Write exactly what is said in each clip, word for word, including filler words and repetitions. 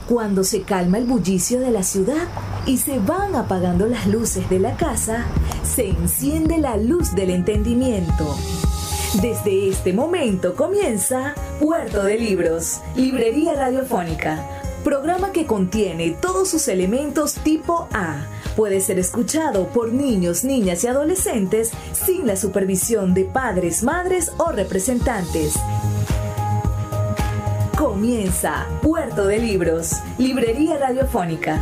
Cuando se calma el bullicio de la ciudad y se van apagando las luces de la casa, se enciende la luz del entendimiento. Desde este momento comienza Puerto de Libros, Librería Radiofónica, programa que contiene todos sus elementos tipo A. Puede ser escuchado por niños, niñas y adolescentes sin la supervisión de padres, madres o representantes. Comienza Puerto de Libros, Librería Radiofónica.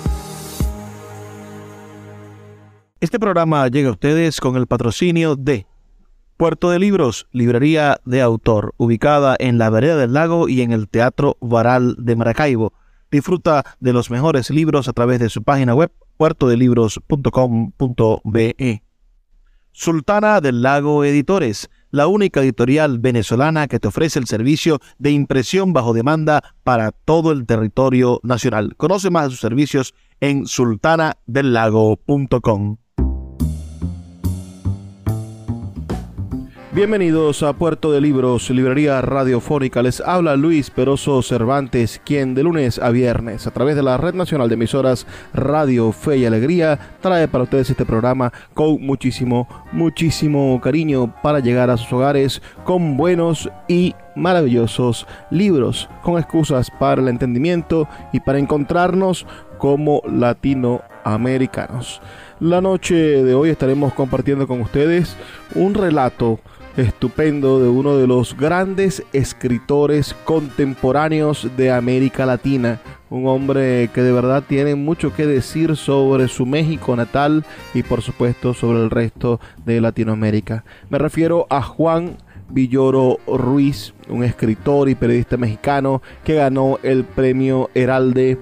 Este programa llega a ustedes con el patrocinio de Puerto de Libros, librería de autor, ubicada en la Vereda del Lago y en el Teatro Varal de Maracaibo. Disfruta de los mejores libros a través de su página web, puerto de libros punto com punto be. Sultana del Lago Editores, la única editorial venezolana que te ofrece el servicio de impresión bajo demanda para todo el territorio nacional. Conoce más de sus servicios en sultana del lago punto com. Bienvenidos a Puerto de Libros, librería radiofónica. Les habla Luis Peroso Cervantes, quien de lunes a viernes, a través de la Red Nacional de Emisoras Radio Fe y Alegría, trae para ustedes este programa con muchísimo, muchísimo cariño para llegar a sus hogares con buenos y maravillosos libros, con excusas para el entendimiento y para encontrarnos como latinoamericanos. La noche de hoy estaremos compartiendo con ustedes un relato estupendo de uno de los grandes escritores contemporáneos de América Latina, un hombre que de verdad tiene mucho que decir sobre su México natal y por supuesto sobre el resto de Latinoamérica. Me refiero a Juan Villoro Ruiz, un escritor y periodista mexicano que ganó el premio Heralde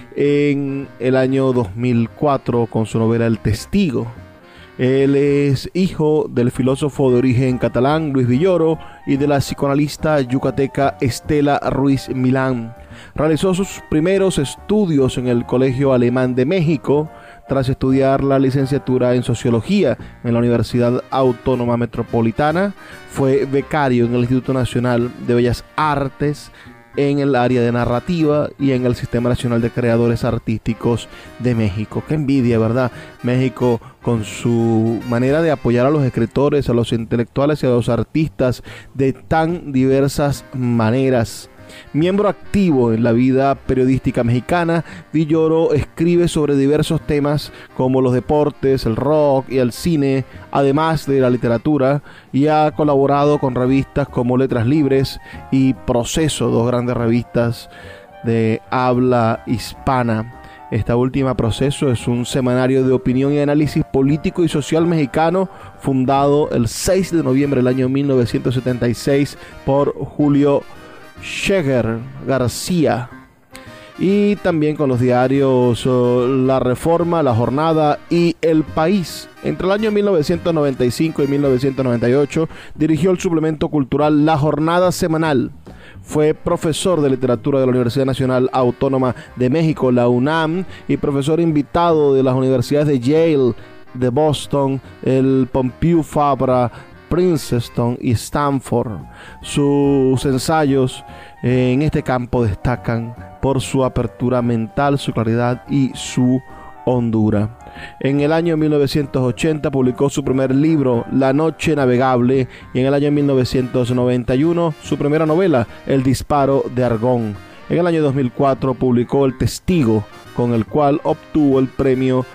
en el año dos mil cuatro con su novela El Testigo. Él es hijo del filósofo de origen catalán Luis Villoro y de la psicoanalista yucateca Estela Ruiz Milán. Realizó sus primeros estudios en el Colegio Alemán de México, tras estudiar la licenciatura en Sociología en la Universidad Autónoma Metropolitana. Fue becario en el Instituto Nacional de Bellas Artes en el área de narrativa y en el Sistema Nacional de Creadores Artísticos de México. Qué envidia, ¿verdad? México, con su manera de apoyar a los escritores, a los intelectuales y a los artistas de tan diversas maneras. Miembro activo en la vida periodística mexicana, Villoro escribe sobre diversos temas como los deportes, el rock y el cine, además de la literatura, y ha colaborado con revistas como Letras Libres y Proceso, dos grandes revistas de habla hispana. Esta última, Proceso, es un semanario de opinión y análisis político y social mexicano fundado el seis de noviembre del año mil novecientos setenta y seis por Julio Scheger García, y también con los diarios uh, La Reforma, La Jornada y El País. Entre el año mil novecientos noventa y cinco y mil novecientos noventa y ocho dirigió el suplemento cultural La Jornada Semanal. Fue profesor de literatura de la Universidad Nacional Autónoma de México, la UNAM, y profesor invitado de las universidades de Yale, de Boston, el Pompeu Fabra, Princeton y Stanford. Sus ensayos en este campo destacan por su apertura mental, su claridad y su hondura. En el año mil novecientos ochenta publicó su primer libro, La Noche Navegable, y en el año mil novecientos noventa y uno su primera novela, El Disparo de Argón. En el año dos mil cuatro publicó El Testigo, con el cual obtuvo el premio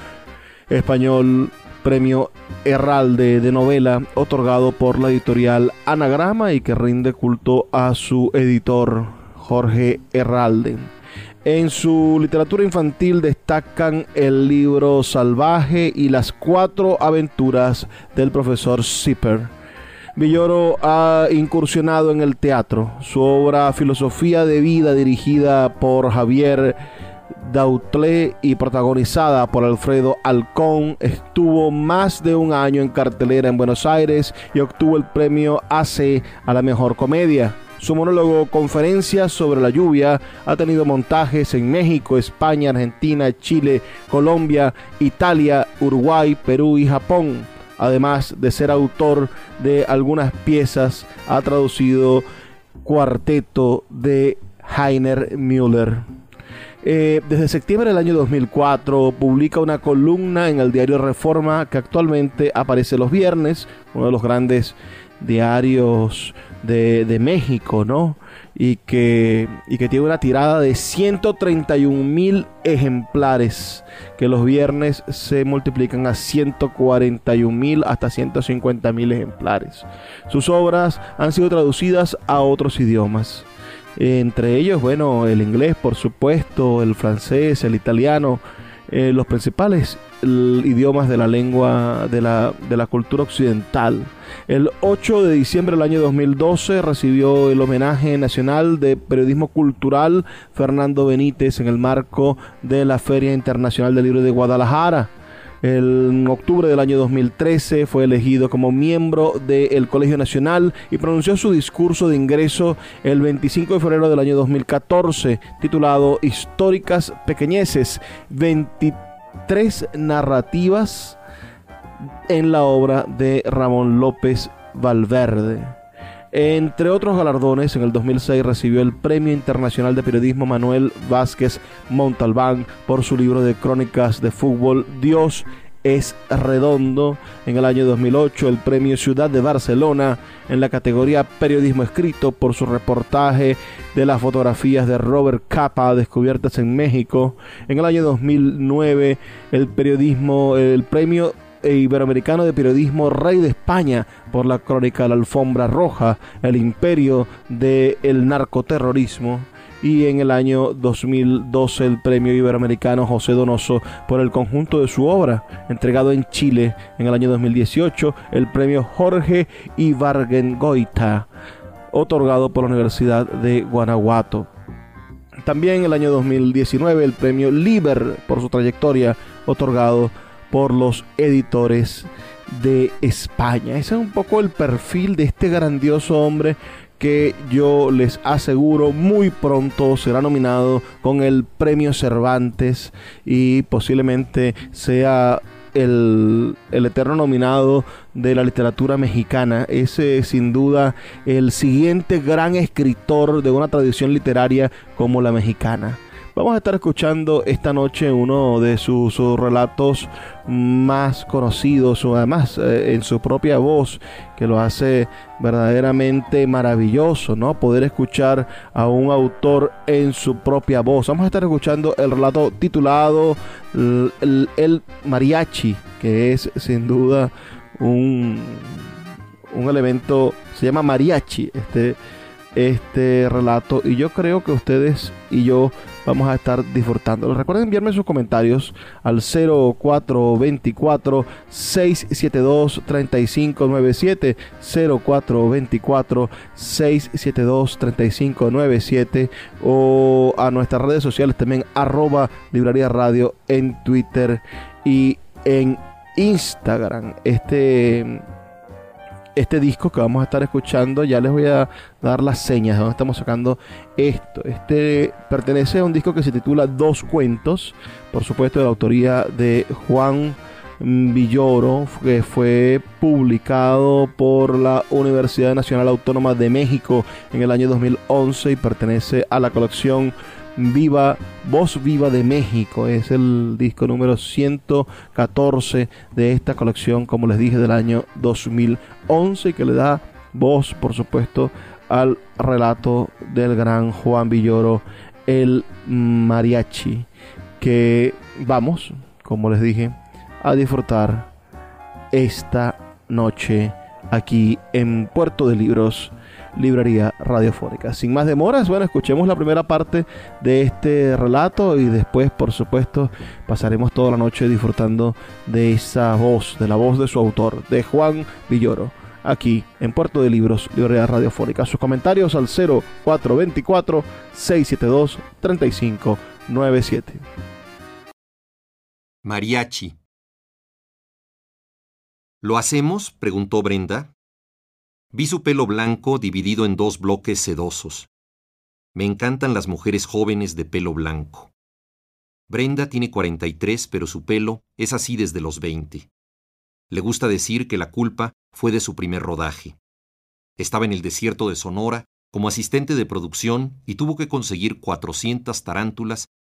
español Premio Herralde de novela, otorgado por la editorial Anagrama y que rinde culto a su editor Jorge Herralde. En su literatura infantil destacan El Libro Salvaje y Las Cuatro Aventuras del Profesor Zipper. Villoro ha incursionado en el teatro. Su obra Filosofía de Vida, dirigida por Javier Dautlé y protagonizada por Alfredo Alcón, estuvo más de un año en cartelera en Buenos Aires y obtuvo el premio A C a la mejor comedia. Su monólogo Conferencias sobre la lluvia ha tenido montajes en México, España, Argentina, Chile, Colombia, Italia, Uruguay, Perú y Japón. Además de ser autor de algunas piezas, ha traducido Cuarteto de Heiner Müller. Eh, desde septiembre del año dos mil cuatro publica una columna en el diario Reforma que actualmente aparece los viernes, uno de los grandes diarios de, de México, ¿no? Y que, y que tiene una tirada de ciento treinta y un mil ejemplares, que los viernes se multiplican a ciento cuarenta y un mil hasta ciento cincuenta mil ejemplares. Sus obras han sido traducidas a otros idiomas. Entre ellos, bueno, el inglés, por supuesto, el francés, el italiano, eh, los principales el, idiomas de la lengua de la, de la cultura occidental. El ocho de diciembre del año dos mil doce recibió el homenaje nacional de periodismo cultural Fernando Benítez en el marco de la Feria Internacional del Libro de Guadalajara. En octubre del año dos mil trece fue elegido como miembro del Colegio Nacional y pronunció su discurso de ingreso el veinticinco de febrero del año dos mil catorce, titulado Históricas Pequeñeces, veintitrés narrativas en la obra de Ramón López Valverde. Entre otros galardones, en el dos mil seis recibió el Premio Internacional de Periodismo Manuel Vázquez Montalbán por su libro de crónicas de fútbol Dios es redondo. En el año dos mil ocho el Premio Ciudad de Barcelona en la categoría Periodismo Escrito por su reportaje de las fotografías de Robert Capa descubiertas en México. En el año dos mil nueve el periodismo, el Premio Iberoamericano de Periodismo Rey de España por la crónica de la Alfombra Roja, el imperio del narcoterrorismo. Y en el año dos mil doce el Premio Iberoamericano José Donoso por el conjunto de su obra, entregado en Chile. En el año dos mil dieciocho el Premio Jorge Ibargüengoitia, otorgado por la Universidad de Guanajuato. También en el año dos mil diecinueve el Premio Liber por su trayectoria, otorgado por los editores de España. Ese es un poco el perfil de este grandioso hombre que yo les aseguro muy pronto será nominado con el Premio Cervantes y posiblemente sea el, el eterno nominado de la literatura mexicana. Ese es sin duda el siguiente gran escritor de una tradición literaria como la mexicana. Vamos a estar escuchando esta noche uno de sus, sus relatos más conocidos, o además eh, en su propia voz, que lo hace verdaderamente maravilloso, ¿no? Poder escuchar a un autor en su propia voz. Vamos a estar escuchando el relato titulado El, el, el Mariachi, que es sin duda un, un elemento, se llama mariachi este, este relato, y yo creo que ustedes y yo vamos a estar disfrutando. Recuerden enviarme sus comentarios al cero cuatro dos cuatro, seis siete dos, tres cinco nueve siete, cero cuatro dos cuatro, seis siete dos, tres cinco nueve siete, o a nuestras redes sociales también, arroba Librería Radio en Twitter y en Instagram. Este... Este disco que vamos a estar escuchando, ya les voy a dar las señas de donde estamos sacando esto. Este pertenece a un disco que se titula Dos Cuentos, por supuesto de la autoría de Juan Villoro, que fue publicado por la Universidad Nacional Autónoma de México en el año dos mil once y pertenece a la colección Viva, Voz Viva de México. Es el disco número ciento catorce de esta colección, como les dije, del año dos mil once, y que le da voz, por supuesto, al relato del gran Juan Villoro, el mariachi, que vamos, como les dije, a disfrutar esta noche aquí en Puerto de Libros, Librería Radiofónica. Sin más demoras, bueno, escuchemos la primera parte de este relato y después, por supuesto, pasaremos toda la noche disfrutando de esa voz, de la voz de su autor, de Juan Villoro, aquí en Puerto de Libros, Librería Radiofónica. Sus comentarios al cero cuatro dos cuatro, seis siete dos, tres cinco nueve siete. Mariachi. ¿Lo hacemos?, preguntó Brenda. Vi su pelo blanco dividido en dos bloques sedosos. Me encantan las mujeres jóvenes de pelo blanco. Brenda tiene cuarenta y tres, pero su pelo es así desde los veinte. Le gusta decir que la culpa fue de su primer rodaje. Estaba en el desierto de Sonora como asistente de producción y tuvo que conseguir cuatrocientas tarántulas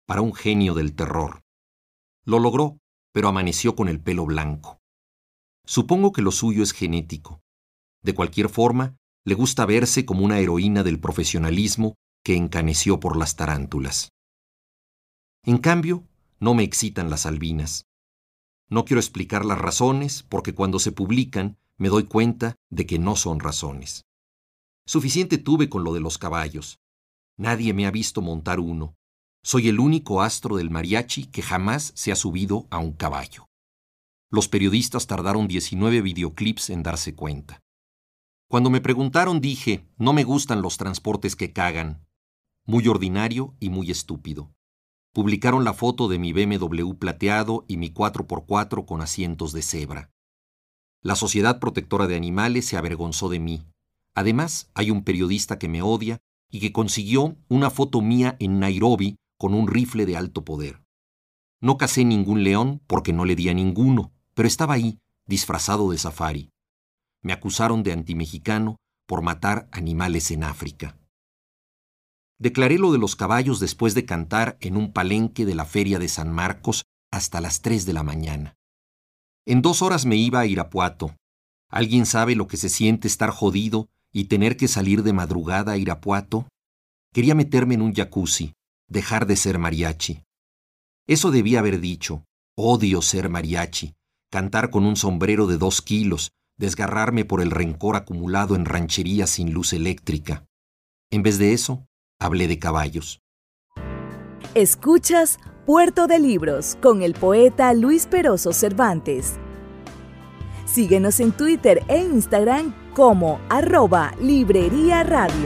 para un genio del terror. Lo logró, pero amaneció con el pelo blanco. Supongo que lo suyo es genético. De cualquier forma, le gusta verse como una heroína del profesionalismo que encaneció por las tarántulas. En cambio, no me excitan las albinas. No quiero explicar las razones porque cuando se publican me doy cuenta de que no son razones. Suficiente tuve con lo de los caballos. Nadie me ha visto montar uno. Soy el único astro del mariachi que jamás se ha subido a un caballo. Los periodistas tardaron diecinueve videoclips en darse cuenta. Cuando me preguntaron dije, no me gustan los transportes que cagan. Muy ordinario y muy estúpido. Publicaron la foto de mi B M W plateado y mi cuatro por cuatro con asientos de cebra. La Sociedad Protectora de Animales se avergonzó de mí. Además, hay un periodista que me odia y que consiguió una foto mía en Nairobi con un rifle de alto poder. No cacé ningún león porque no le di a ninguno, pero estaba ahí, disfrazado de safari. Me acusaron de antimexicano por matar animales en África. Declaré lo de los caballos después de cantar en un palenque de la Feria de San Marcos hasta las tres de la mañana. En dos horas me iba a Irapuato. ¿Alguien sabe lo que se siente estar jodido y tener que salir de madrugada a Irapuato? Quería meterme en un jacuzzi, dejar de ser mariachi. Eso debía haber dicho, odio ser mariachi, cantar con un sombrero de dos kilos, desgarrarme por el rencor acumulado en rancherías sin luz eléctrica. En vez de eso, hablé de caballos. Escuchas Puerto de Libros con el poeta Luis Peroso Cervantes. Síguenos en Twitter e Instagram como arroba Librería Radio.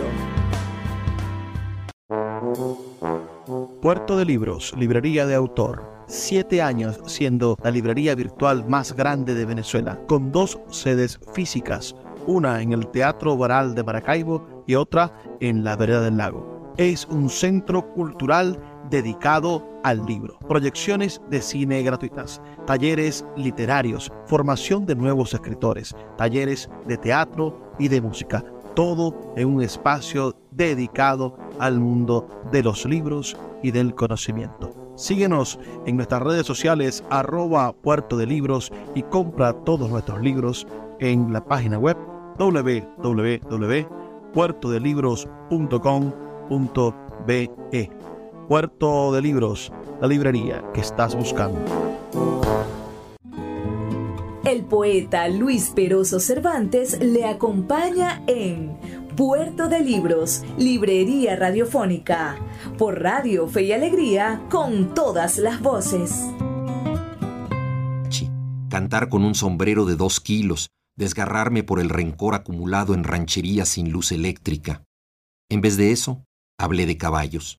Puerto de Libros, librería de autor. Siete años siendo la librería virtual más grande de Venezuela, con dos sedes físicas, una en el Teatro Baral de Maracaibo y otra en la Vereda del Lago. Es un centro cultural dedicado al libro, proyecciones de cine gratuitas, talleres literarios, formación de nuevos escritores, talleres de teatro y de música, todo en un espacio dedicado al mundo de los libros y del conocimiento. Síguenos en nuestras redes sociales arroba Puerto de Libros y compra todos nuestros libros en la página web doble u doble u doble u punto puerto de libros punto com punto be. Puerto de Libros, la librería que estás buscando. El poeta Luis Peroso Cervantes le acompaña en Puerto de Libros, librería radiofónica, por Radio Fe y Alegría, con todas las voces. Cantar con un sombrero de dos kilos, desgarrarme por el rencor acumulado en rancherías sin luz eléctrica. En vez de eso, hablé de caballos.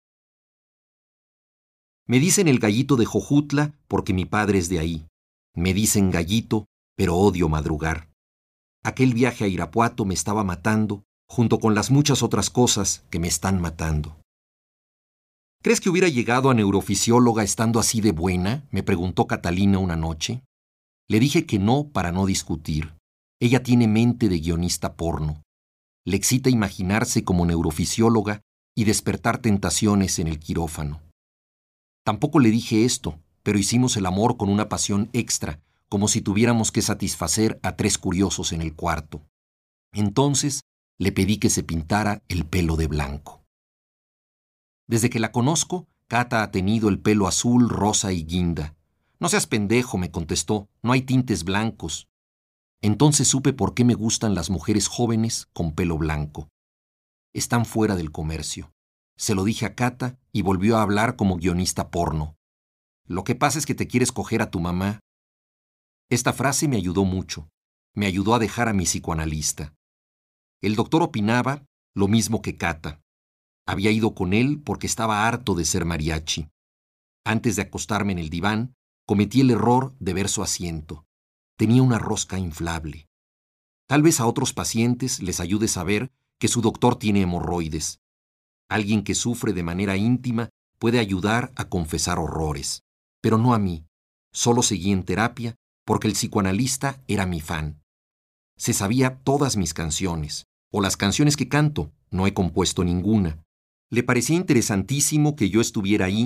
Me dicen el gallito de Jojutla porque mi padre es de ahí. Me dicen gallito, pero odio madrugar. Aquel viaje a Irapuato me estaba matando, junto con las muchas otras cosas que me están matando. ¿Crees que hubiera llegado a neurofisióloga estando así de buena?, me preguntó Catalina una noche. Le dije que no para no discutir. Ella tiene mente de guionista porno. Le excita imaginarse como neurofisióloga y despertar tentaciones en el quirófano. Tampoco le dije esto, pero hicimos el amor con una pasión extra, como si tuviéramos que satisfacer a tres curiosos en el cuarto. Entonces le pedí que se pintara el pelo de blanco. Desde que la conozco, Cata ha tenido el pelo azul, rosa y guinda. No seas pendejo, me contestó, no hay tintes blancos. Entonces supe por qué me gustan las mujeres jóvenes con pelo blanco. Están fuera del comercio. Se lo dije a Cata y volvió a hablar como guionista porno. Lo que pasa es que te quieres coger a tu mamá. Esta frase me ayudó mucho. Me ayudó a dejar a mi psicoanalista. El doctor opinaba lo mismo que Cata. Había ido con él porque estaba harto de ser mariachi. Antes de acostarme en el diván, cometí el error de ver su asiento. Tenía una rosca inflable. Tal vez a otros pacientes les ayude saber que su doctor tiene hemorroides. Alguien que sufre de manera íntima puede ayudar a confesar horrores. Pero no a mí. Solo seguí en terapia porque el psicoanalista era mi fan. Se sabía todas mis canciones, o las canciones que canto, no he compuesto ninguna. Le parecía interesantísimo que yo estuviera ahí,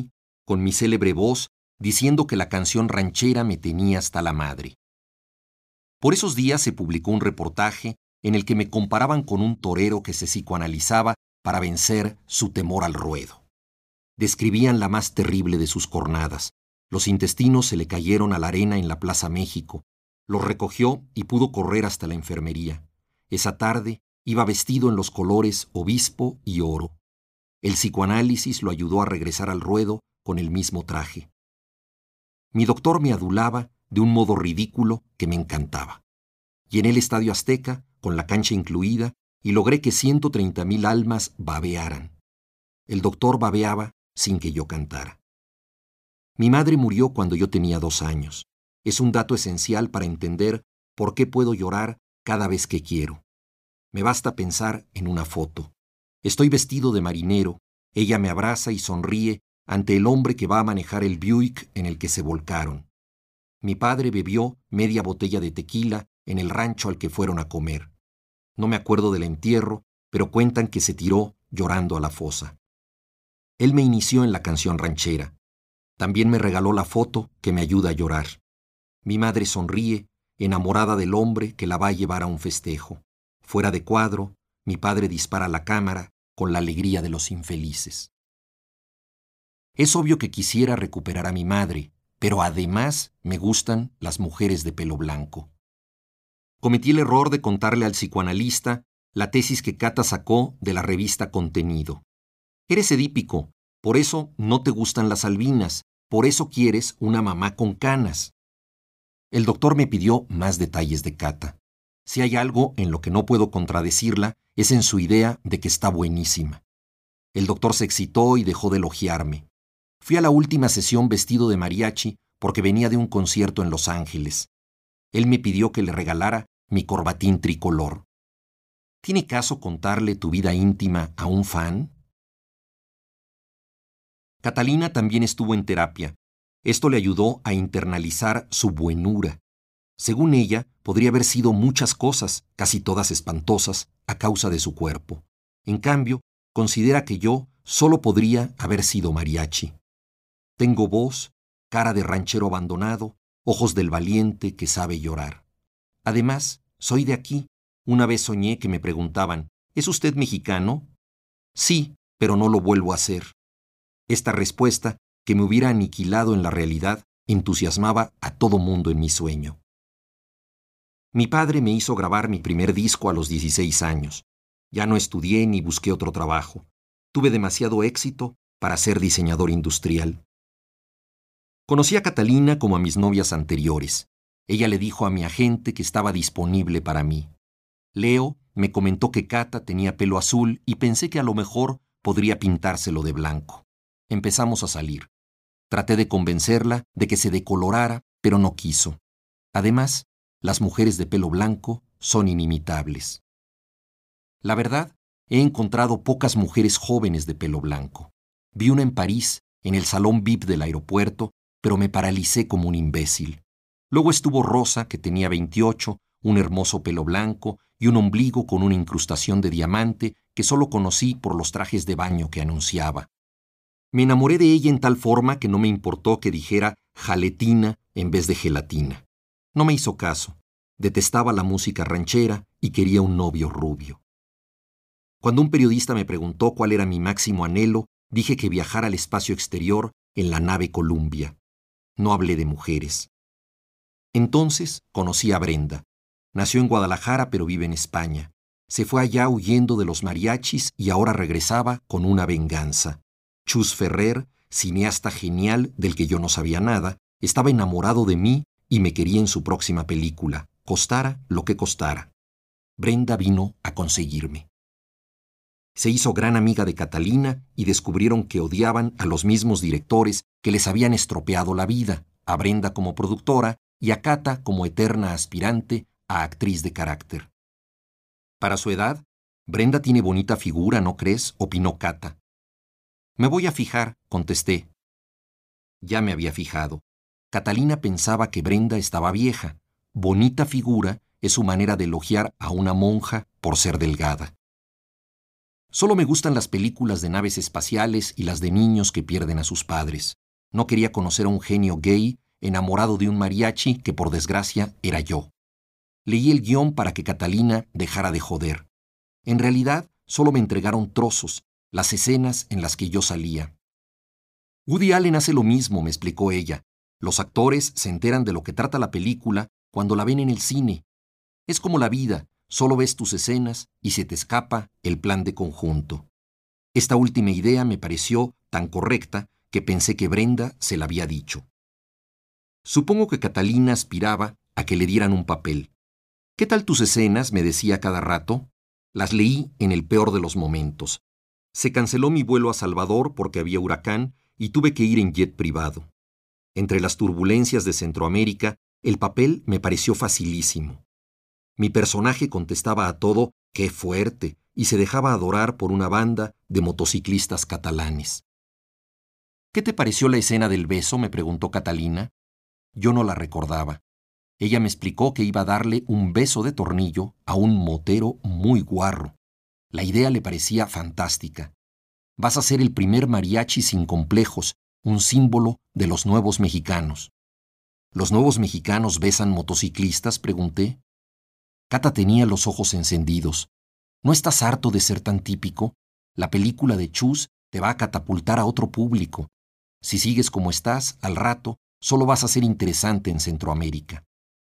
con mi célebre voz, diciendo que la canción ranchera me tenía hasta la madre. Por esos días se publicó un reportaje en el que me comparaban con un torero que se psicoanalizaba para vencer su temor al ruedo. Describían la más terrible de sus cornadas. Los intestinos se le cayeron a la arena en la Plaza México. Los recogió y pudo correr hasta la enfermería. Esa tarde iba vestido en los colores obispo y oro. El psicoanálisis lo ayudó a regresar al ruedo con el mismo traje. Mi doctor me adulaba de un modo ridículo que me encantaba. Llené el Estadio Azteca, con la cancha incluida, y logré que ciento treinta mil almas babearan. El doctor babeaba sin que yo cantara. Mi madre murió cuando yo tenía dos años. Es un dato esencial para entender por qué puedo llorar cada vez que quiero. Me basta pensar en una foto. Estoy vestido de marinero, ella me abraza y sonríe ante el hombre que va a manejar el Buick en el que se volcaron. Mi padre bebió media botella de tequila en el rancho al que fueron a comer. No me acuerdo del entierro, pero cuentan que se tiró llorando a la fosa. Él me inició en la canción ranchera. También me regaló la foto que me ayuda a llorar. Mi madre sonríe, enamorada del hombre que la va a llevar a un festejo. Fuera de cuadro, mi padre dispara la cámara con la alegría de los infelices. Es obvio que quisiera recuperar a mi madre, pero además me gustan las mujeres de pelo blanco. Cometí el error de contarle al psicoanalista la tesis que Cata sacó de la revista Contenido. Eres edípico, por eso no te gustan las albinas, por eso quieres una mamá con canas. El doctor me pidió más detalles de Cata. Si hay algo en lo que no puedo contradecirla, es en su idea de que está buenísima. El doctor se excitó y dejó de elogiarme. Fui a la última sesión vestido de mariachi porque venía de un concierto en Los Ángeles. Él me pidió que le regalara mi corbatín tricolor. ¿Tiene caso contarle tu vida íntima a un fan? Catalina también estuvo en terapia. Esto le ayudó a internalizar su buenura. Según ella, podría haber sido muchas cosas, casi todas espantosas, a causa de su cuerpo. En cambio, considera que yo solo podría haber sido mariachi. Tengo voz, cara de ranchero abandonado, ojos del valiente que sabe llorar. Además, soy de aquí. Una vez soñé que me preguntaban, ¿es usted mexicano? Sí, pero no lo vuelvo a hacer. Esta respuesta, que me hubiera aniquilado en la realidad, entusiasmaba a todo mundo en mi sueño. Mi padre me hizo grabar mi primer disco a los dieciséis años. Ya no estudié ni busqué otro trabajo. Tuve demasiado éxito para ser diseñador industrial. Conocí a Catalina como a mis novias anteriores. Ella le dijo a mi agente que estaba disponible para mí. Leo me comentó que Cata tenía pelo azul y pensé que a lo mejor podría pintárselo de blanco. Empezamos a salir. Traté de convencerla de que se decolorara, pero no quiso. Además, las mujeres de pelo blanco son inimitables. La verdad, he encontrado pocas mujeres jóvenes de pelo blanco. Vi una en París, en el salón V I P del aeropuerto, pero me paralicé como un imbécil. Luego estuvo Rosa, que tenía veintiocho, un hermoso pelo blanco y un ombligo con una incrustación de diamante que solo conocí por los trajes de baño que anunciaba. Me enamoré de ella en tal forma que no me importó que dijera jaletina en vez de gelatina. No me hizo caso. Detestaba la música ranchera y quería un novio rubio. Cuando un periodista me preguntó cuál era mi máximo anhelo, dije que viajar al espacio exterior en la nave Columbia. No hablé de mujeres. Entonces conocí a Brenda. Nació en Guadalajara pero vive en España. Se fue allá huyendo de los mariachis y ahora regresaba con una venganza. Chus Ferrer, cineasta genial del que yo no sabía nada, estaba enamorado de mí y me quería en su próxima película, costara lo que costara. Brenda vino a conseguirme. Se hizo gran amiga de Catalina y descubrieron que odiaban a los mismos directores que les habían estropeado la vida, a Brenda como productora y a Cata como eterna aspirante a actriz de carácter. Para su edad, Brenda tiene bonita figura, ¿no crees?, opinó Cata. Me voy a fijar, contesté. Ya me había fijado. Catalina pensaba que Brenda estaba vieja. Bonita figura es su manera de elogiar a una monja por ser delgada. Solo me gustan las películas de naves espaciales y las de niños que pierden a sus padres. No quería conocer a un genio gay enamorado de un mariachi que por desgracia era yo. Leí el guión para que Catalina dejara de joder. En realidad, solo me entregaron trozos, las escenas en las que yo salía. Woody Allen hace lo mismo, me explicó ella. Los actores se enteran de lo que trata la película cuando la ven en el cine. Es como la vida, solo ves tus escenas y se te escapa el plan de conjunto. Esta última idea me pareció tan correcta que pensé que Brenda se la había dicho. Supongo que Catalina aspiraba a que le dieran un papel. ¿Qué tal tus escenas?, me decía cada rato. Las leí en el peor de los momentos. Se canceló mi vuelo a Salvador porque había huracán y tuve que ir en jet privado. Entre las turbulencias de Centroamérica, el papel me pareció facilísimo. Mi personaje contestaba a todo ¡qué fuerte! Y se dejaba adorar por una banda de motociclistas catalanes. ¿Qué te pareció la escena del beso?, me preguntó Catalina. Yo no la recordaba. Ella me explicó que iba a darle un beso de tornillo a un motero muy guarro. La idea le parecía fantástica. Vas a ser el primer mariachi sin complejos, un símbolo de los nuevos mexicanos. ¿Los nuevos mexicanos besan motociclistas?, pregunté. Cata tenía los ojos encendidos. ¿No estás harto de ser tan típico? La película de Chus te va a catapultar a otro público. Si sigues como estás, al rato, solo vas a ser interesante en Centroamérica.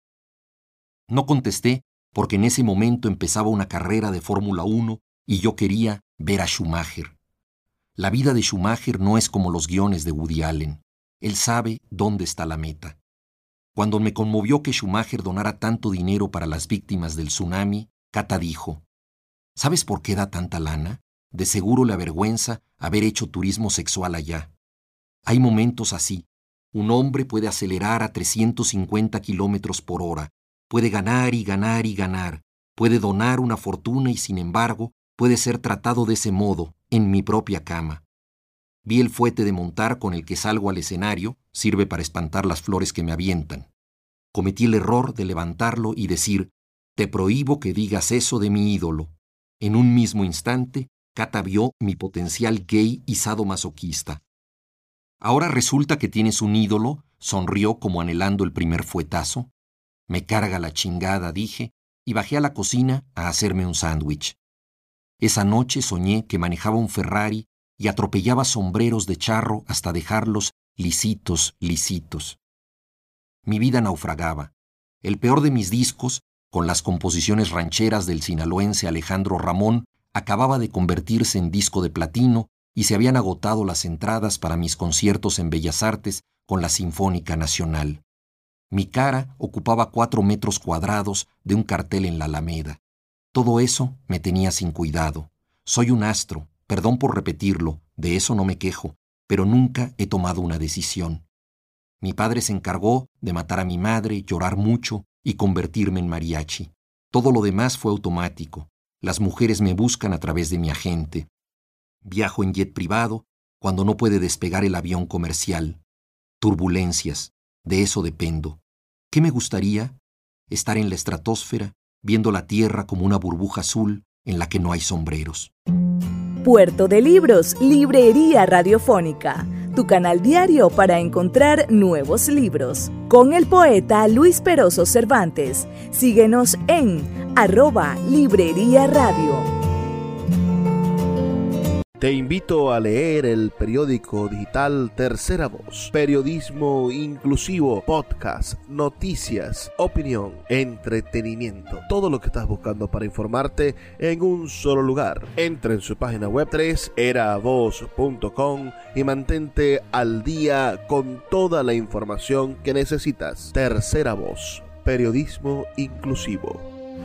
No contesté porque en ese momento empezaba una carrera de Fórmula uno y yo quería ver a Schumacher. La vida de Schumacher no es como los guiones de Woody Allen. Él sabe dónde está la meta. Cuando me conmovió que Schumacher donara tanto dinero para las víctimas del tsunami, Cata dijo: ¿sabes por qué da tanta lana? De seguro le avergüenza haber hecho turismo sexual allá. Hay momentos así. Un hombre puede acelerar a trescientos cincuenta kilómetros por hora, puede ganar y ganar y ganar, puede donar una fortuna y sin embargo puede ser tratado de ese modo en mi propia cama. Vi el fuete de montar con el que salgo al escenario, sirve para espantar las flores que me avientan. Cometí el error de levantarlo y decir: te prohíbo que digas eso de mi ídolo. En un mismo instante, Cata vio mi potencial gay y sadomasoquista. Ahora resulta que tienes un ídolo, sonrió como anhelando el primer fuetazo. Me carga la chingada, dije, y bajé a la cocina a hacerme un sándwich. Esa noche soñé que manejaba un Ferrari y atropellaba sombreros de charro hasta dejarlos lisitos, lisitos. Mi vida naufragaba. El peor de mis discos, con las composiciones rancheras del sinaloense Alejandro Ramón, acababa de convertirse en disco de platino y se habían agotado las entradas para mis conciertos en Bellas Artes con la Sinfónica Nacional. Mi cara ocupaba cuatro metros cuadrados de un cartel en la Alameda. Todo eso me tenía sin cuidado. Soy un astro, perdón por repetirlo, de eso no me quejo, pero nunca he tomado una decisión. Mi padre se encargó de matar a mi madre, llorar mucho y convertirme en mariachi. Todo lo demás fue automático. Las mujeres me buscan a través de mi agente. Viajo en jet privado cuando no puede despegar el avión comercial. Turbulencias, de eso dependo. ¿Qué me gustaría? Estar en la estratosfera, viendo la Tierra como una burbuja azul en la que no hay sombreros. Puerto de Libros, Librería Radiofónica, tu canal diario para encontrar nuevos libros. Con el poeta Luis Peroso Cervantes. Síguenos en arroba Librería Radio. Te invito a leer el periódico digital Tercera Voz. Periodismo inclusivo, podcast, noticias, opinión, entretenimiento. Todo lo que estás buscando para informarte en un solo lugar. Entra en su página web tres era voz punto com y mantente al día con toda la información que necesitas. Tercera Voz. Periodismo inclusivo.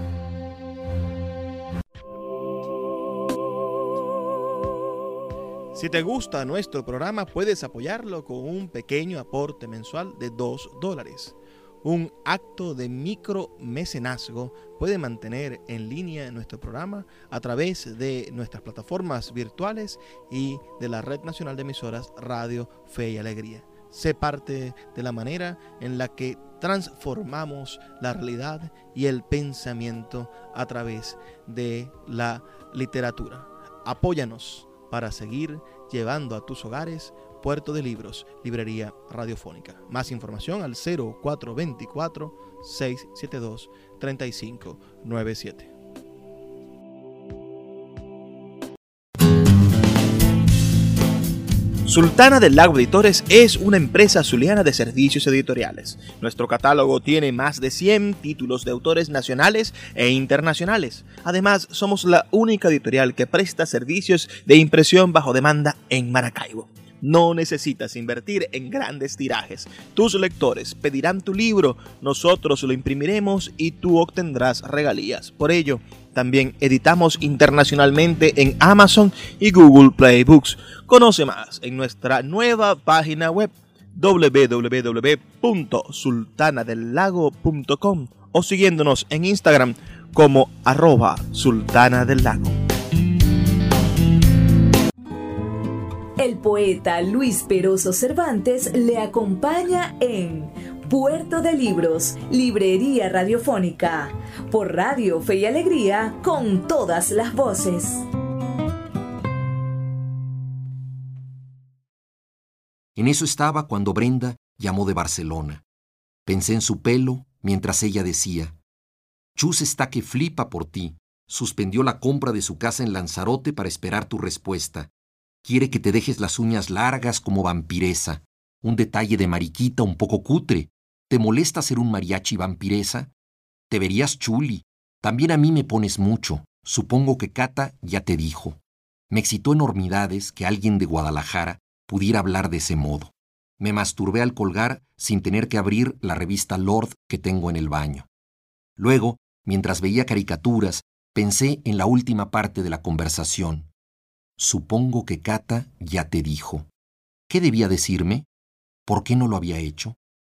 Si te gusta nuestro programa, puedes apoyarlo con un pequeño aporte mensual de dos dólares. Un acto de micromecenazgo puede mantener en línea nuestro programa a través de nuestras plataformas virtuales y de la Red Nacional de Emisoras Radio Fe y Alegría. Sé parte de la manera en la que transformamos la realidad y el pensamiento a través de la literatura. Apóyanos para seguir llevando a tus hogares Puerto de Libros, librería radiofónica. Más información al cero cuatro dos cuatro, seis siete dos, tres cinco nueve siete. Sultana del Lago Editores es una empresa zuliana de servicios editoriales. Nuestro catálogo tiene más de cien títulos de autores nacionales e internacionales. Además, somos la única editorial que presta servicios de impresión bajo demanda en Maracaibo. No necesitas invertir en grandes tirajes. Tus lectores pedirán tu libro, nosotros lo imprimiremos y tú obtendrás regalías. Por ello, también editamos internacionalmente en Amazon y Google Play Books. Conoce más en nuestra nueva página web doble u doble u doble u punto sultana del lago punto com o siguiéndonos en Instagram como arroba sultana del lago. El poeta Luis Peroso Cervantes le acompaña en Puerto de Libros, librería radiofónica, por Radio Fe y Alegría, con todas las voces. En eso estaba cuando Brenda llamó de Barcelona. Pensé en su pelo mientras ella decía: Chus está que flipa por ti. Suspendió la compra de su casa en Lanzarote para esperar tu respuesta. Quiere que te dejes las uñas largas como vampiresa. Un detalle de mariquita un poco cutre. ¿Te molesta ser un mariachi vampiresa? Te verías chuli. También a mí me pones mucho. Supongo que Cata ya te dijo. Me excitó enormidades que alguien de Guadalajara pudiera hablar de ese modo. Me masturbé al colgar sin tener que abrir la revista Lord que tengo en el baño. Luego, mientras veía caricaturas, pensé en la última parte de la conversación. Supongo que Cata ya te dijo. ¿Qué debía decirme? ¿Por qué no lo había hecho?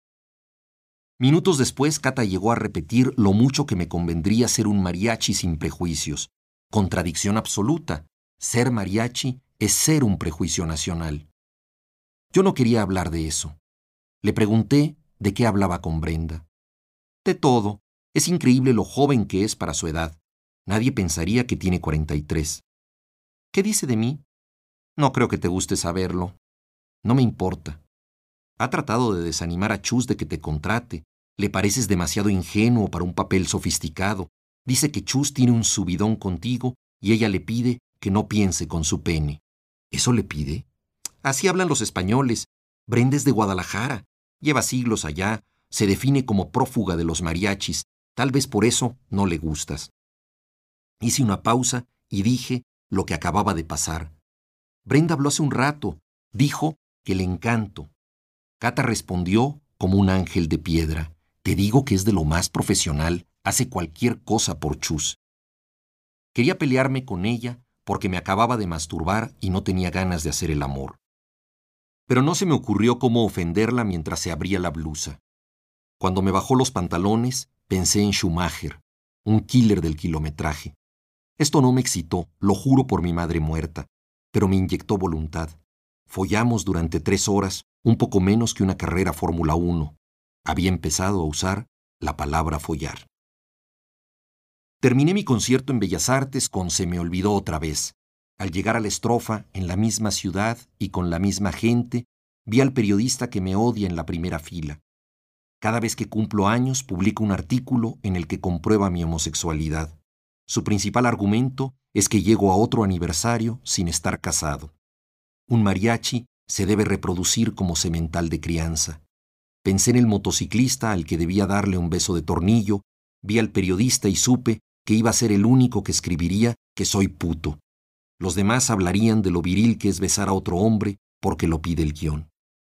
Minutos después, Cata llegó a repetir lo mucho que me convendría ser un mariachi sin prejuicios. Contradicción absoluta. Ser mariachi es ser un prejuicio nacional. Yo no quería hablar de eso. Le pregunté de qué hablaba con Brenda. De todo. Es increíble lo joven que es para su edad. Nadie pensaría que tiene cuarenta y tres. ¿Qué dice de mí? No creo que te guste saberlo. No me importa. Ha tratado de desanimar a Chus de que te contrate. Le pareces demasiado ingenuo para un papel sofisticado. Dice que Chus tiene un subidón contigo y ella le pide que no piense con su pene. ¿Eso le pide? Así hablan los españoles. Brenda es de Guadalajara. Lleva siglos allá. Se define como prófuga de los mariachis. Tal vez por eso no le gustas. Hice una pausa y dije lo que acababa de pasar. Brenda habló hace un rato. Dijo que le encanto. Cata respondió como un ángel de piedra. Te digo que es de lo más profesional. Hace cualquier cosa por Chus. Quería pelearme con ella porque me acababa de masturbar y no tenía ganas de hacer el amor. Pero no se me ocurrió cómo ofenderla mientras se abría la blusa. Cuando me bajó los pantalones, pensé en Schumacher, un killer del kilometraje. Esto no me excitó, lo juro por mi madre muerta, pero me inyectó voluntad. Follamos durante tres horas, un poco menos que una carrera Fórmula uno. Había empezado a usar la palabra follar. Terminé mi concierto en Bellas Artes con Se me olvidó otra vez. Al llegar a la estrofa, en la misma ciudad y con la misma gente, vi al periodista que me odia en la primera fila. Cada vez que cumplo años, publico un artículo en el que comprueba mi homosexualidad. Su principal argumento es que llego a otro aniversario sin estar casado. Un mariachi se debe reproducir como semental de crianza. Pensé en el motociclista al que debía darle un beso de tornillo, vi al periodista y supe que iba a ser el único que escribiría que soy puto. Los demás hablarían de lo viril que es besar a otro hombre porque lo pide el guión.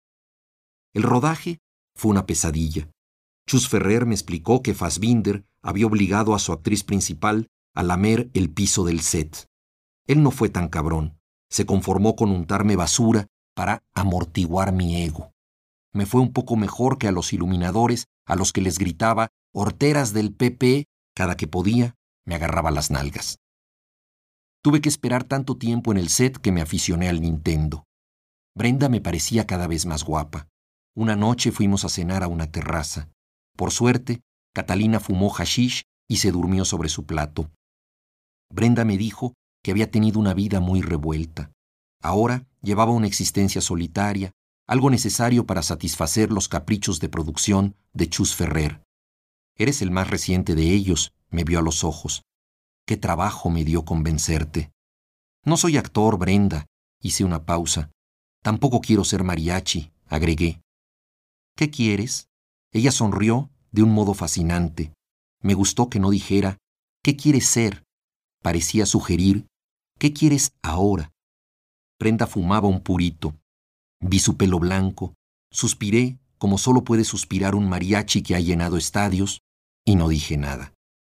El rodaje fue una pesadilla. Chus Ferrer me explicó que Fassbinder había obligado a su actriz principal a lamer el piso del set. Él no fue tan cabrón. Se conformó con untarme basura para amortiguar mi ego. Me fue un poco mejor que a los iluminadores a los que les gritaba horteras del P P cada que podía, me agarraba las nalgas. Tuve que esperar tanto tiempo en el set que me aficioné al Nintendo. Brenda me parecía cada vez más guapa. Una noche fuimos a cenar a una terraza. Por suerte, Catalina fumó hashish y se durmió sobre su plato. Brenda me dijo que había tenido una vida muy revuelta. Ahora Llevaba una existencia solitaria, algo necesario para satisfacer los caprichos de producción de Chus Ferrer. Eres el más reciente de ellos, me vio a los ojos. Qué trabajo me dio convencerte. No soy actor, Brenda, hice una pausa. Tampoco quiero ser mariachi, agregué. ¿Qué quieres? Ella sonrió de un modo fascinante. Me gustó que no dijera, ¿qué quieres ser? Parecía sugerir, ¿qué quieres ahora? Brenda fumaba un purito. Vi su pelo blanco, suspiré como solo puede suspirar un mariachi que ha llenado estadios, y no dije nada.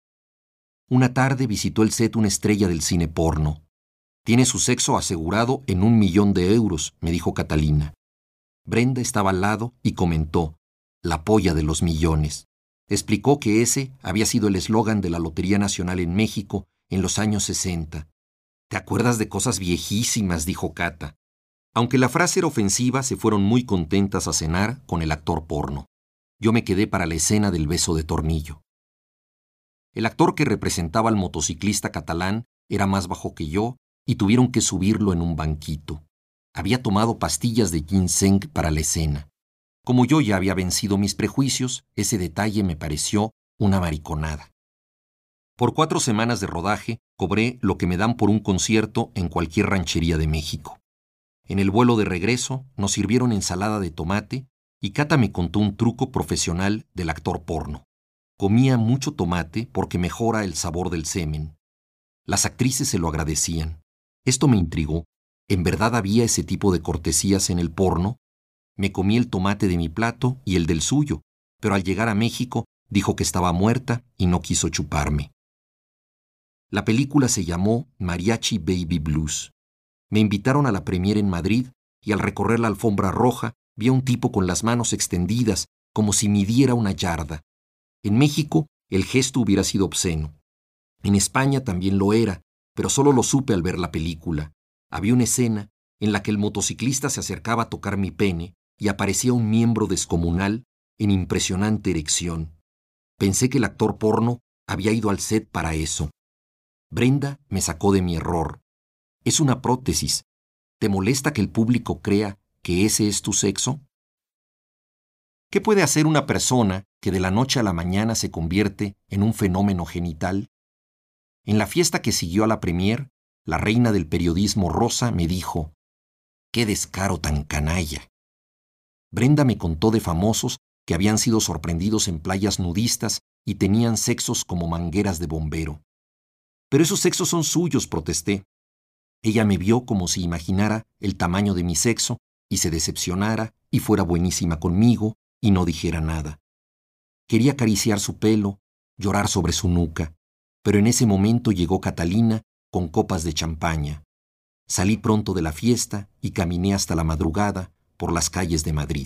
Una tarde visitó el set una estrella del cine porno. Tiene su sexo asegurado en un millón de euros, me dijo Catalina. Brenda estaba al lado y comentó, la polla de los millones. Explicó que ese había sido el eslogan de la Lotería Nacional en México en los años sesenta. ¿Te acuerdas de cosas viejísimas?, dijo Cata. Aunque la frase era ofensiva, se fueron muy contentas a cenar con el actor porno. Yo me quedé para la escena del beso de tornillo. El actor que representaba al motociclista catalán era más bajo que yo y tuvieron que subirlo en un banquito. Había tomado pastillas de ginseng para la escena. Como yo ya había vencido mis prejuicios, ese detalle me pareció una mariconada. Por cuatro semanas de rodaje, cobré lo que me dan por un concierto en cualquier ranchería de México. En el vuelo de regreso, nos sirvieron ensalada de tomate y Cata me contó un truco profesional del actor porno. Comía mucho tomate porque mejora el sabor del semen. Las actrices se lo agradecían. Esto me intrigó. ¿En verdad había ese tipo de cortesías en el porno? Me comí el tomate de mi plato y el del suyo, pero al llegar a México dijo que estaba muerta y no quiso chuparme. La película se llamó Mariachi Baby Blues. Me invitaron a la premiere en Madrid y al recorrer la alfombra roja vi a un tipo con las manos extendidas como si midiera una yarda. En México el gesto hubiera sido obsceno. En España también lo era, pero solo lo supe al ver la película. Había una escena en la que el motociclista se acercaba a tocar mi pene y aparecía un miembro descomunal en impresionante erección. Pensé que el actor porno había ido al set para eso. Brenda me sacó de mi error. Es una prótesis. ¿Te molesta que el público crea que ese es tu sexo? ¿Qué puede hacer una persona que de la noche a la mañana se convierte en un fenómeno genital? En la fiesta que siguió a la premier, la reina del periodismo rosa me dijo, ¡qué descaro tan canalla! Brenda me contó de famosos que habían sido sorprendidos en playas nudistas y tenían sexos como mangueras de bombero. Pero esos sexos son suyos, protesté. Ella me vio como si imaginara el tamaño de mi sexo y se decepcionara y fuera buenísima conmigo y no dijera nada. Quería acariciar su pelo, llorar sobre su nuca, pero en ese momento llegó Catalina con copas de champaña. Salí pronto de la fiesta y caminé hasta la madrugada por las calles de Madrid.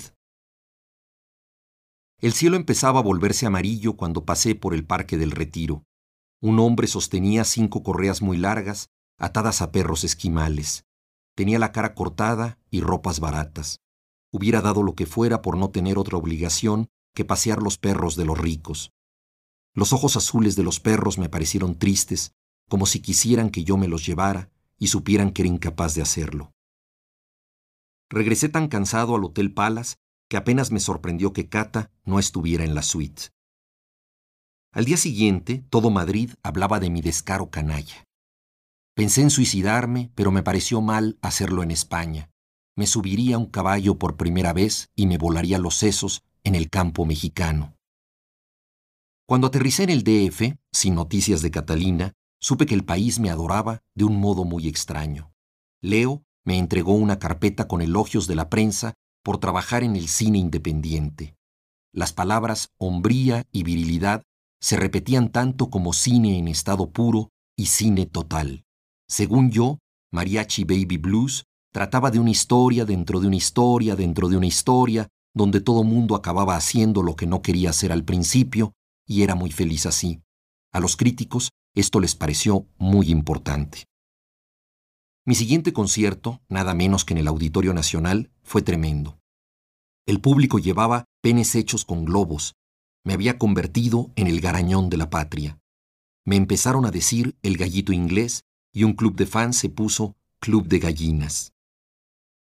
El cielo empezaba a volverse amarillo cuando pasé por el Parque del Retiro. Un hombre sostenía cinco correas muy largas atadas a perros esquimales. Tenía la cara cortada y ropas baratas. Hubiera dado lo que fuera por no tener otra obligación que pasear los perros de los ricos. Los ojos azules de los perros me parecieron tristes, como si quisieran que yo me los llevara y supieran que era incapaz de hacerlo. Regresé tan cansado al Hotel Palace que apenas me sorprendió que Cata no estuviera en la suite. Al día siguiente, todo Madrid hablaba de mi descaro canalla. Pensé en suicidarme, pero me pareció mal hacerlo en España. Me subiría a un caballo por primera vez y me volaría los sesos en el campo mexicano. Cuando aterricé en el D F, sin noticias de Catalina, supe que el país me adoraba de un modo muy extraño. Leo me entregó una carpeta con elogios de la prensa por trabajar en el cine independiente. Las palabras hombría y virilidad se repetían tanto como cine en estado puro y cine total. Según yo, Mariachi Baby Blues trataba de una historia dentro de una historia dentro de una historia, donde todo mundo acababa haciendo lo que no quería hacer al principio, y era muy feliz así. A los críticos esto les pareció muy importante. Mi siguiente concierto, nada menos que en el Auditorio Nacional, fue tremendo. El público llevaba penes hechos con globos. Me había convertido en el garañón de la patria. Me empezaron a decir el gallito inglés y un club de fans se puso Club de Gallinas.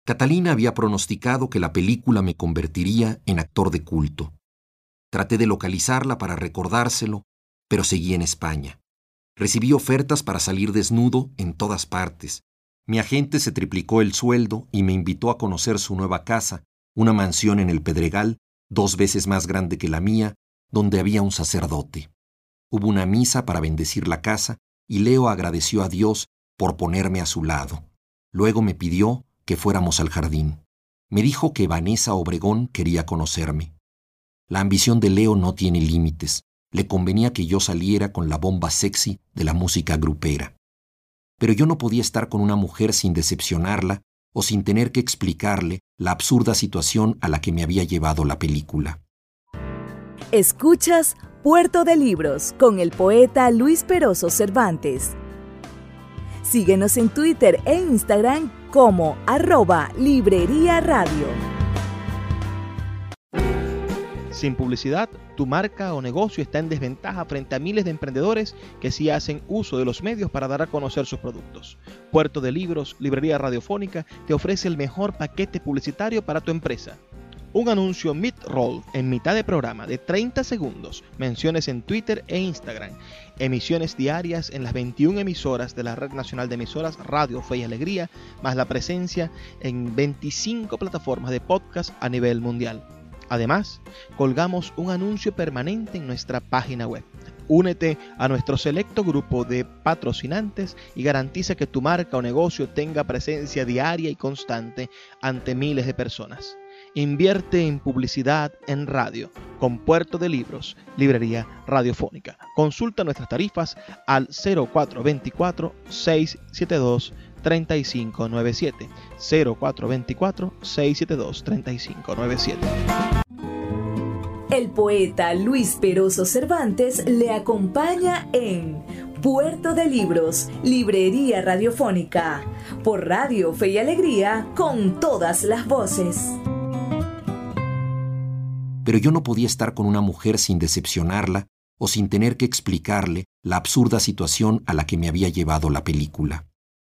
Catalina había pronosticado que la película me convertiría en actor de culto. Traté de localizarla para recordárselo, pero seguí en España. Recibí ofertas para salir desnudo en todas partes. Mi agente se triplicó el sueldo y me invitó a conocer su nueva casa, una mansión en el Pedregal, dos veces más grande que la mía, donde había un sacerdote. Hubo una misa para bendecir la casa y Leo agradeció a Dios por ponerme a su lado. Luego me pidió que fuéramos al jardín. Me dijo que Vanessa Obregón quería conocerme. La ambición de Leo no tiene límites. Le convenía que yo saliera con la bomba sexy de la música grupera. Pero yo no podía estar con una mujer sin decepcionarla o sin tener que explicarle la absurda situación a la que me había llevado la película. Escuchas Puerto de Libros con el poeta Luis Peroso Cervantes. Síguenos en Twitter e Instagram como arroba Librería Radio. Sin publicidad, tu marca o negocio está en desventaja frente a miles de emprendedores que sí hacen uso de los medios para dar a conocer sus productos. Puerto de Libros, Librería Radiofónica, te ofrece el mejor paquete publicitario para tu empresa. Un anuncio mid-roll en mitad de programa de treinta segundos, menciones en Twitter e Instagram, emisiones diarias en las veintiuna emisoras de la Red Nacional de Emisoras Radio Fe y Alegría, más la presencia en veinticinco plataformas de podcast a nivel mundial. Además, colgamos un anuncio permanente en nuestra página web. Únete a nuestro selecto grupo de patrocinantes y garantiza que tu marca o negocio tenga presencia diaria y constante ante miles de personas. Invierte en publicidad en radio con Puerto de Libros, Librería Radiofónica. Consulta nuestras tarifas al cero cuatro dos cuatro, seis siete dos, tres cinco nueve siete, cero cuatro dos cuatro, seis siete dos, tres cinco nueve siete. El poeta Luis Peroso Cervantes le acompaña en Puerto de Libros, Librería Radiofónica, por Radio Fe y Alegría, con todas las voces. Pero yo no podía estar con una mujer sin decepcionarla o sin tener que explicarle la absurda situación a la que me había llevado la película.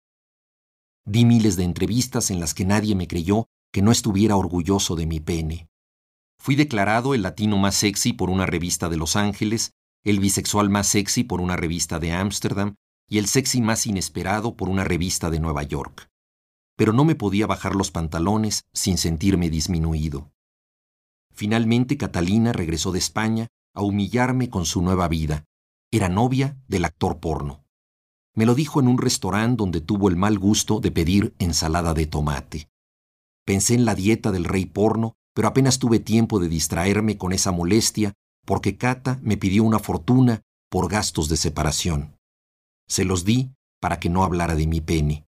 Di miles de entrevistas en las que nadie me creyó que no estuviera orgulloso de mi pene. Fui declarado el latino más sexy por una revista de Los Ángeles, el bisexual más sexy por una revista de Ámsterdam y el sexy más inesperado por una revista de Nueva York. Pero no me podía bajar los pantalones sin sentirme disminuido. Finalmente Catalina regresó de España a humillarme con su nueva vida. Era novia del actor porno. Me lo dijo en un restaurante donde tuvo el mal gusto de pedir ensalada de tomate. Pensé en la dieta del rey porno, pero apenas tuve tiempo de distraerme con esa molestia porque Cata me pidió una fortuna por gastos de separación. Se los di para que no hablara de mi pene.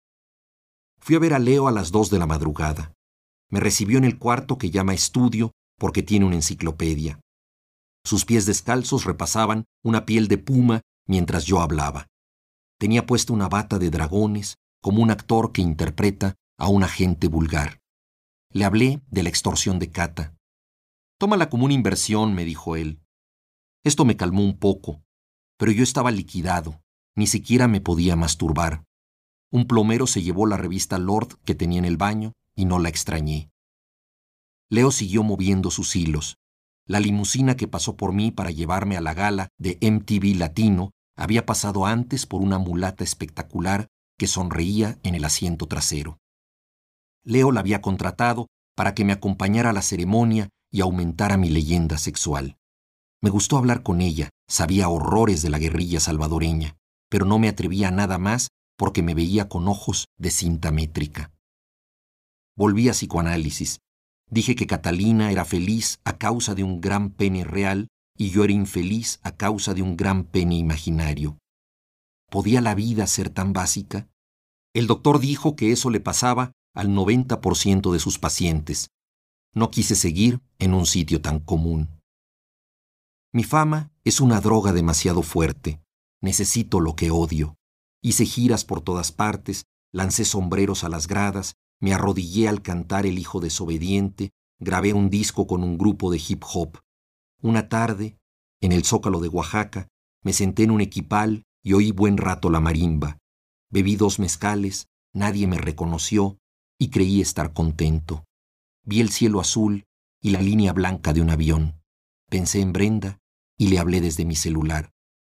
Fui a ver a Leo a las dos de la madrugada. Me recibió en el cuarto que llama estudio porque tiene una enciclopedia. Sus pies descalzos repasaban una piel de puma mientras yo hablaba. Tenía puesta una bata de dragones, como un actor que interpreta a un agente vulgar. Le hablé de la extorsión de Cata. Tómala como una inversión, me dijo él. Esto me calmó un poco, pero yo estaba liquidado, ni siquiera me podía masturbar. Un plomero se llevó la revista Lord que tenía en el baño y no la extrañé. Leo siguió moviendo sus hilos. La limusina que pasó por mí para llevarme a la gala de M T V Latino había pasado antes por una mulata espectacular que sonreía en el asiento trasero. Leo la había contratado para que me acompañara a la ceremonia y aumentara mi leyenda sexual. Me gustó hablar con ella, sabía horrores de la guerrilla salvadoreña, pero no me atrevía a nada más porque me veía con ojos de cinta métrica. Volví a psicoanálisis. Dije que Catalina era feliz a causa de un gran pene real y yo era infeliz a causa de un gran pene imaginario. ¿Podía la vida ser tan básica? El doctor dijo que eso le pasaba al noventa por ciento de sus pacientes. No quise seguir en un sitio tan común. Mi fama es una droga demasiado fuerte. Necesito lo que odio. Hice giras por todas partes, lancé sombreros a las gradas, me arrodillé al cantar El hijo desobediente, grabé un disco con un grupo de hip hop. Una tarde, en el Zócalo de Oaxaca, me senté en un equipal y oí buen rato la marimba. Bebí dos mezcales, nadie me reconoció, y creí estar contento. Vi el cielo azul y la línea blanca de un avión. Pensé en Brenda y le hablé desde mi celular.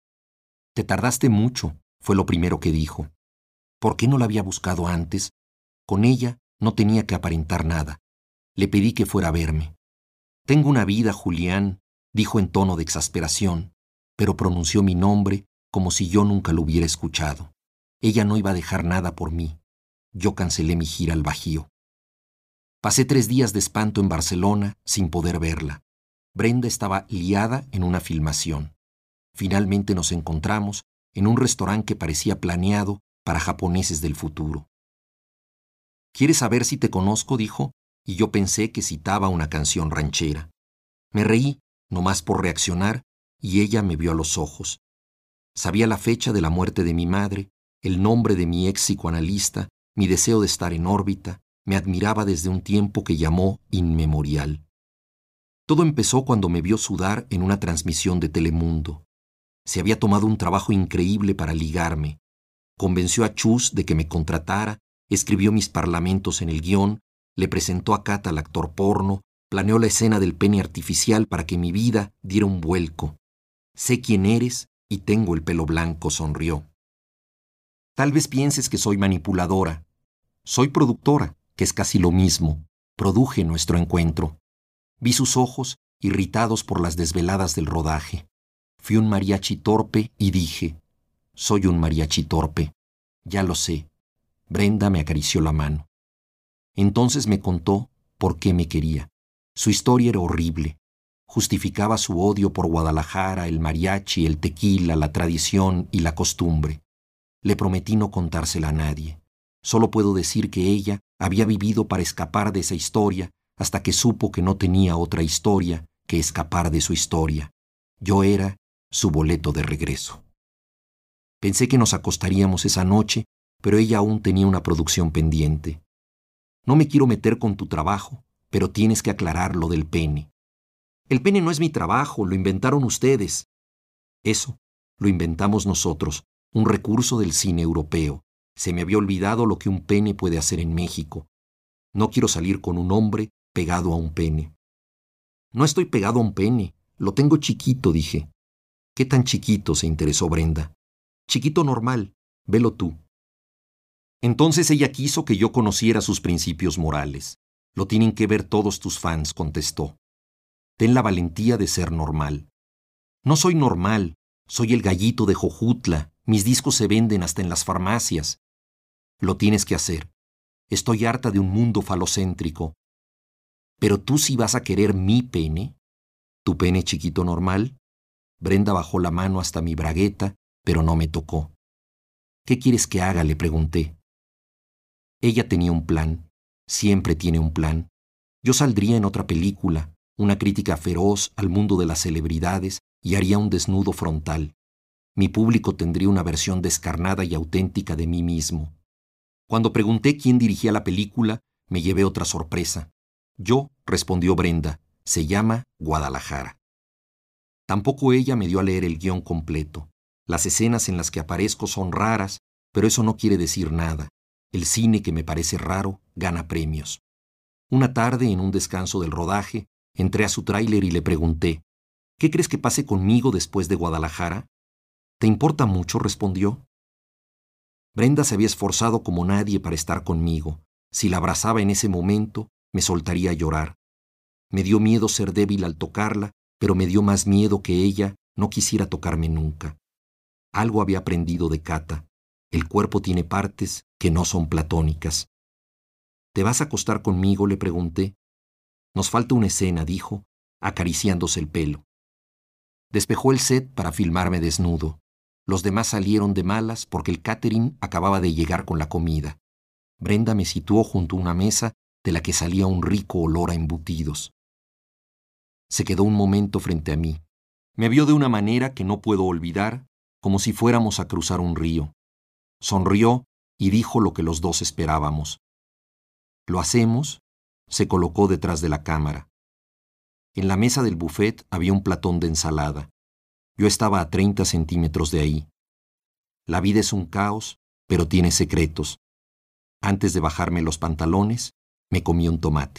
«Te tardaste mucho», fue lo primero que dijo. ¿Por qué no la había buscado antes? Con ella no tenía que aparentar nada. Le pedí que fuera a verme. «Tengo una vida, Julián», dijo en tono de exasperación, pero pronunció mi nombre como si yo nunca lo hubiera escuchado. Ella no iba a dejar nada por mí. Yo cancelé mi gira al Bajío. Pasé tres días de espanto en Barcelona sin poder verla. Brenda estaba liada en una filmación. Finalmente nos encontramos en un restaurante que parecía planeado para japoneses del futuro. «¿Quieres saber si te conozco?», dijo, y yo pensé que citaba una canción ranchera. Me reí, nomás por reaccionar, y ella me vio a los ojos. Sabía la fecha de la muerte de mi madre, el nombre de mi ex psicoanalista, mi deseo de estar en órbita, me admiraba desde un tiempo que llamó inmemorial. Todo empezó cuando me vio sudar en una transmisión de Telemundo. Se había tomado un trabajo increíble para ligarme. Convenció a Chus de que me contratara, escribió mis parlamentos en el guión, le presentó a Cata al actor porno, planeó la escena del pene artificial para que mi vida diera un vuelco. «Sé quién eres y tengo el pelo blanco», sonrió. Tal vez pienses que soy manipuladora. Soy productora, que es casi lo mismo. Produje nuestro encuentro. Vi sus ojos, irritados por las desveladas del rodaje. Fui un mariachi torpe y dije, soy un mariachi torpe. Ya lo sé. Brenda me acarició la mano. Entonces me contó por qué me quería. Su historia era horrible. Justificaba su odio por Guadalajara, el mariachi, el tequila, la tradición y la costumbre. Le prometí no contársela a nadie. Solo puedo decir que ella había vivido para escapar de esa historia hasta que supo que no tenía otra historia que escapar de su historia. Yo era su boleto de regreso. Pensé que nos acostaríamos esa noche, pero ella aún tenía una producción pendiente. No me quiero meter con tu trabajo, pero tienes que aclarar lo del pene. El pene no es mi trabajo, lo inventaron ustedes. Eso, lo inventamos nosotros, un recurso del cine europeo. Se me había olvidado lo que un pene puede hacer en México. No quiero salir con un hombre pegado a un pene. No estoy pegado a un pene, lo tengo chiquito, dije. ¿Qué tan chiquito?, se interesó Brenda. Chiquito normal, velo tú. Entonces ella quiso que yo conociera sus principios morales. Lo tienen que ver todos tus fans, contestó. Ten la valentía de ser normal. No soy normal, soy el gallito de Jojutla. Mis discos se venden hasta en las farmacias. Lo tienes que hacer. Estoy harta de un mundo falocéntrico. Pero tú sí vas a querer mi pene. ¿Tu pene chiquito normal? Brenda bajó la mano hasta mi bragueta, pero no me tocó. ¿Qué quieres que haga?, le pregunté. Ella tenía un plan. Siempre tiene un plan. Yo saldría en otra película, una crítica feroz al mundo de las celebridades, y haría un desnudo frontal. Mi público tendría una versión descarnada y auténtica de mí mismo. Cuando pregunté quién dirigía la película, me llevé otra sorpresa. Yo, respondió Brenda, se llama Guadalajara. Tampoco ella me dio a leer el guión completo. Las escenas en las que aparezco son raras, pero eso no quiere decir nada. El cine que me parece raro gana premios. Una tarde, en un descanso del rodaje, entré a su tráiler y le pregunté, ¿qué crees que pase conmigo después de Guadalajara? ¿Te importa mucho?, respondió. Brenda se había esforzado como nadie para estar conmigo. Si la abrazaba en ese momento, me soltaría a llorar. Me dio miedo ser débil al tocarla, pero me dio más miedo que ella no quisiera tocarme nunca. Algo había aprendido de Cata. El cuerpo tiene partes que no son platónicas. ¿Te vas a acostar conmigo?, le pregunté. Nos falta una escena, dijo, acariciándose el pelo. Despejó el set para filmarme desnudo. Los demás salieron de malas porque el catering acababa de llegar con la comida. Brenda me situó junto a una mesa de la que salía un rico olor a embutidos. Se quedó un momento frente a mí. Me vio de una manera que no puedo olvidar, como si fuéramos a cruzar un río. Sonrió y dijo lo que los dos esperábamos. ¿Lo hacemos? Se colocó detrás de la cámara. En la mesa del buffet había un platón de ensalada. Yo estaba a treinta centímetros de ahí. La vida es un caos, pero tiene secretos. Antes de bajarme los pantalones, me comí un tomate.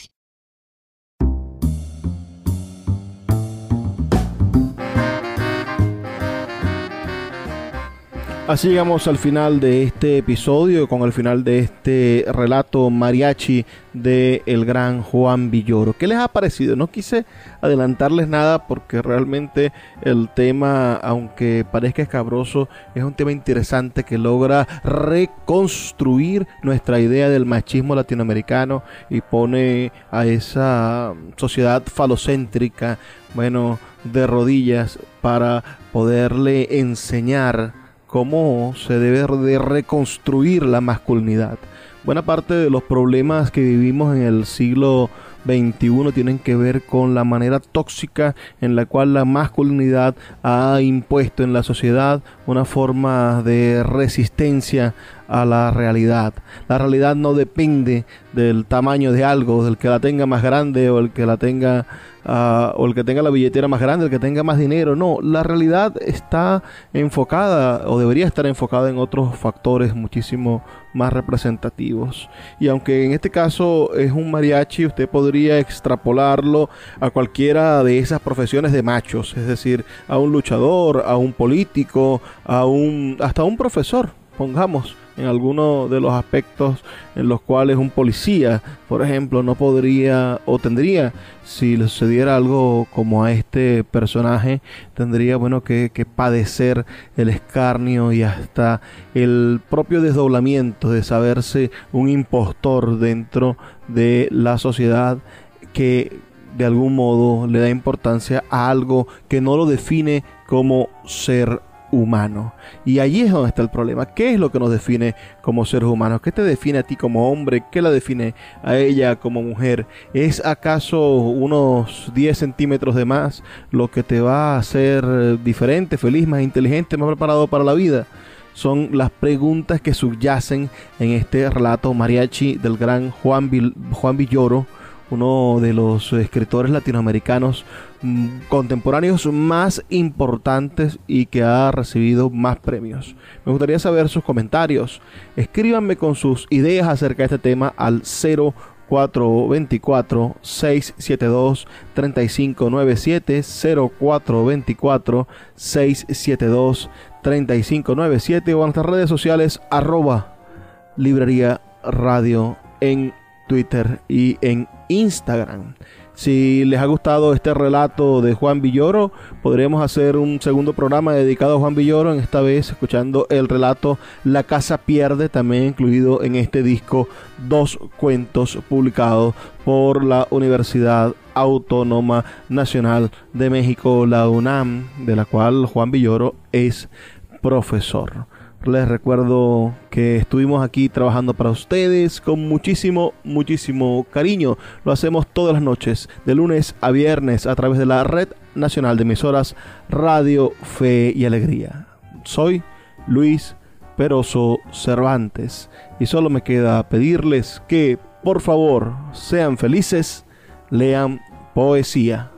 Así llegamos al final de este episodio, con el final de este relato mariachi de el gran Juan Villoro. ¿Qué les ha parecido? No quise adelantarles nada porque realmente el tema, aunque parezca escabroso, es un tema interesante que logra reconstruir nuestra idea del machismo latinoamericano y pone a esa sociedad falocéntrica, bueno, de rodillas para poderle enseñar cómo se debe de reconstruir la masculinidad. Buena parte de los problemas que vivimos en el siglo veintiuno tienen que ver con la manera tóxica en la cual la masculinidad ha impuesto en la sociedad una forma de resistencia a la realidad. La realidad no depende del tamaño de algo, del que la tenga más grande o el que la tenga uh, o el que tenga la billetera más grande, el que tenga más dinero. No, la realidad está enfocada o debería estar enfocada en otros factores muchísimo más representativos. Y aunque en este caso es un mariachi, usted podría extrapolarlo a cualquiera de esas profesiones de machos, es decir, a un luchador, a un político, a un hasta un profesor, pongamos, en alguno de los aspectos en los cuales un policía, por ejemplo, no podría o tendría, si le sucediera algo como a este personaje, tendría, bueno, que, que padecer el escarnio y hasta el propio desdoblamiento de saberse un impostor dentro de la sociedad que de algún modo le da importancia a algo que no lo define como ser humano. Y allí es donde está el problema. ¿Qué es lo que nos define como seres humanos? ¿Qué te define a ti como hombre? ¿Qué la define a ella como mujer? ¿Es acaso unos diez centímetros de más lo que te va a hacer diferente, feliz, más inteligente, más preparado para la vida? Son las preguntas que subyacen en este relato mariachi del gran Juan, Vil- Juan Villoro, uno de los escritores latinoamericanos mmm, contemporáneos más importantes y que ha recibido más premios. Me gustaría saber sus comentarios. Escríbanme con sus ideas acerca de este tema al cero cuatro dos cuatro, seis siete dos, tres cinco nueve siete, cero cuatro dos cuatro, seis siete dos, tres cinco nueve siete o a nuestras redes sociales arroba librería radio en Twitter y en Instagram. Si les ha gustado este relato de Juan Villoro, podríamos hacer un segundo programa dedicado a Juan Villoro, en esta vez escuchando el relato La Casa Pierde, también incluido en este disco, dos cuentos publicados por la Universidad Autónoma Nacional de México, la UNAM, de la cual Juan Villoro es profesor. Les recuerdo que estuvimos aquí trabajando para ustedes con muchísimo, muchísimo cariño. Lo hacemos todas las noches, de lunes a viernes, a través de la Red Nacional de Emisoras Radio Fe y Alegría. Soy Luis Peroso Cervantes y solo me queda pedirles que, por favor, sean felices, lean poesía.